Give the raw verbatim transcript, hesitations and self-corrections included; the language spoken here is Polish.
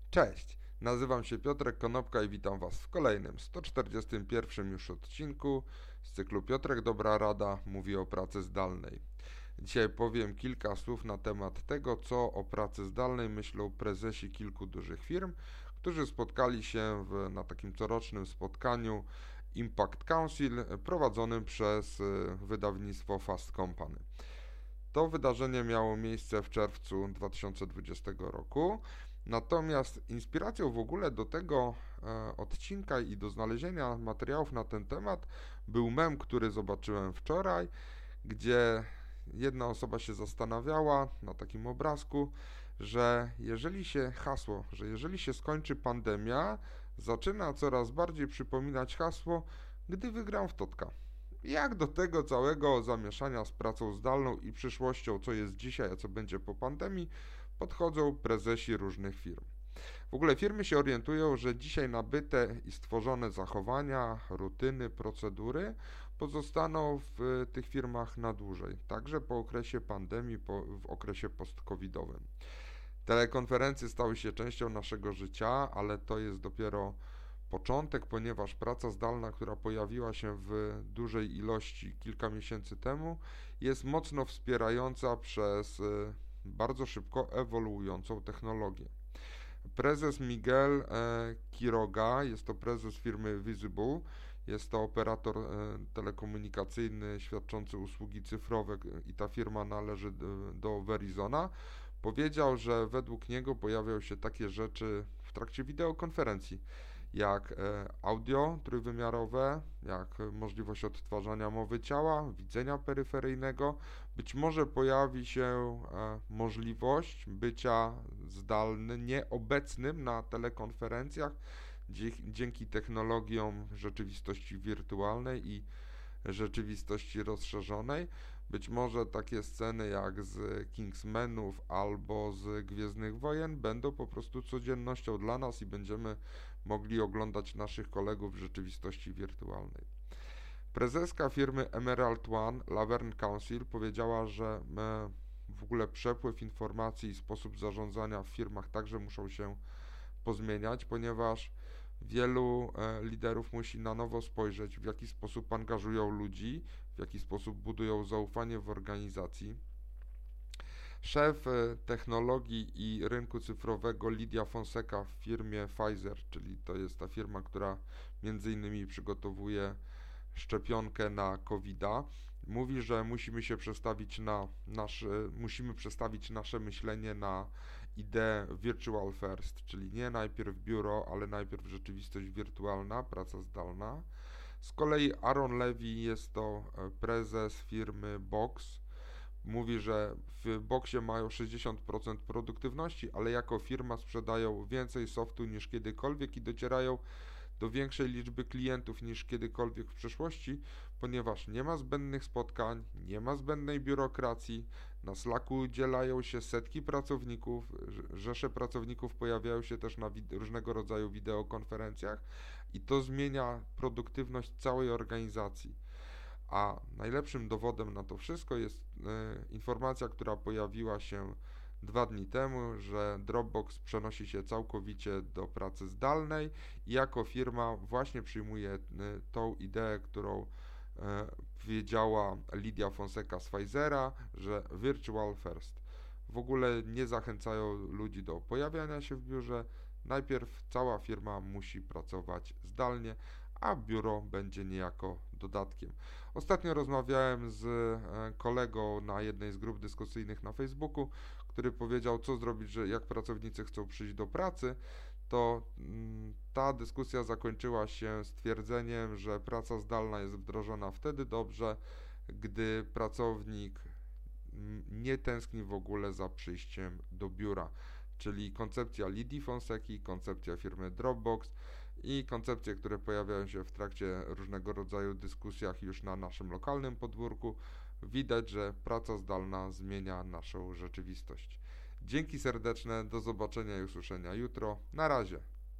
Cześć, nazywam się Piotrek Konopka i witam Was w kolejnym, sto czterdziestym pierwszym już odcinku z cyklu Piotrek Dobra Rada mówi o pracy zdalnej. Dzisiaj powiem kilka słów na temat tego, co o pracy zdalnej myślą prezesi kilku dużych firm, którzy spotkali się w, na takim corocznym spotkaniu Impact Council prowadzonym przez y, wydawnictwo Fast Company. To wydarzenie miało miejsce w czerwcu dwa tysiące dwudziestego roku. Natomiast inspiracją w ogóle do tego e, odcinka i do znalezienia materiałów na ten temat był mem, który zobaczyłem wczoraj, gdzie jedna osoba się zastanawiała na takim obrazku, że jeżeli się hasło, że jeżeli się skończy pandemia, zaczyna coraz bardziej przypominać hasło, gdy wygram w Totka. Jak do tego całego zamieszania z pracą zdalną i przyszłością, co jest dzisiaj, a co będzie po pandemii, podchodzą prezesi różnych firm. W ogóle firmy się orientują, że dzisiaj nabyte i stworzone zachowania, rutyny, procedury pozostaną w tych firmach na dłużej, także po okresie pandemii, po, w okresie post-covidowym. Telekonferencje stały się częścią naszego życia, ale to jest dopiero początek, ponieważ praca zdalna, która pojawiła się w dużej ilości kilka miesięcy temu, jest mocno wspierająca przez y, bardzo szybko ewoluującą technologię. Prezes Miguel e, Quiroga, jest to prezes firmy Visible, jest to operator e, telekomunikacyjny świadczący usługi cyfrowe i ta firma należy do, do Verizona, powiedział, że według niego pojawiają się takie rzeczy w trakcie wideokonferencji, jak e, audio trójwymiarowe, jak możliwość odtwarzania mowy ciała, widzenia peryferyjnego. Być może pojawi się e, możliwość bycia zdalnym, nieobecnym na telekonferencjach dzięki technologiom rzeczywistości wirtualnej i rzeczywistości rozszerzonej. Być może takie sceny jak z Kingsmanów albo z Gwiezdnych Wojen będą po prostu codziennością dla nas i będziemy mogli oglądać naszych kolegów w rzeczywistości wirtualnej. Prezeska firmy Emerald One, Laverne Council, powiedziała, że w ogóle przepływ informacji i sposób zarządzania w firmach także muszą się pozmieniać, ponieważ wielu e, liderów musi na nowo spojrzeć, w jaki sposób angażują ludzi, w jaki sposób budują zaufanie w organizacji. Szef e, technologii i rynku cyfrowego Lidia Fonseca w firmie Pfizer, czyli to jest ta firma, która między innymi przygotowuje szczepionkę na kowida, mówi, że musimy się przestawić na nasze, musimy przestawić nasze myślenie na ideę virtual first, czyli nie najpierw biuro, ale najpierw rzeczywistość wirtualna, praca zdalna. Z kolei Aaron Levy, jest to prezes firmy Box, mówi, że w Boxie mają sześćdziesiąt procent produktywności, ale jako firma sprzedają więcej softu niż kiedykolwiek i docierają do większej liczby klientów niż kiedykolwiek w przeszłości, ponieważ nie ma zbędnych spotkań, nie ma zbędnej biurokracji, na Slacku dzielają się setki pracowników, rzesze pracowników pojawiają się też na różnego rodzaju wideokonferencjach i to zmienia produktywność całej organizacji. A najlepszym dowodem na to wszystko jest y, informacja, która pojawiła się dwa dni temu, że Dropbox przenosi się całkowicie do pracy zdalnej i jako firma właśnie przyjmuje y, tą ideę, którą y, powiedziała Lidia Fonseca z Pfizera, że virtual first. W ogóle nie zachęcają ludzi do pojawiania się w biurze. Najpierw cała firma musi pracować zdalnie, a biuro będzie niejako dodatkiem. Ostatnio rozmawiałem z kolegą na jednej z grup dyskusyjnych na Facebooku, który powiedział, co zrobić, że jak pracownicy chcą przyjść do pracy, to ta dyskusja zakończyła się stwierdzeniem, że praca zdalna jest wdrożona wtedy dobrze, gdy pracownik nie tęskni w ogóle za przyjściem do biura. Czyli koncepcja Lidii Fonseki, koncepcja firmy Dropbox i koncepcje, które pojawiają się w trakcie różnego rodzaju dyskusjach już na naszym lokalnym podwórku. Widać, że praca zdalna zmienia naszą rzeczywistość. Dzięki serdeczne, do zobaczenia i usłyszenia jutro. Na razie.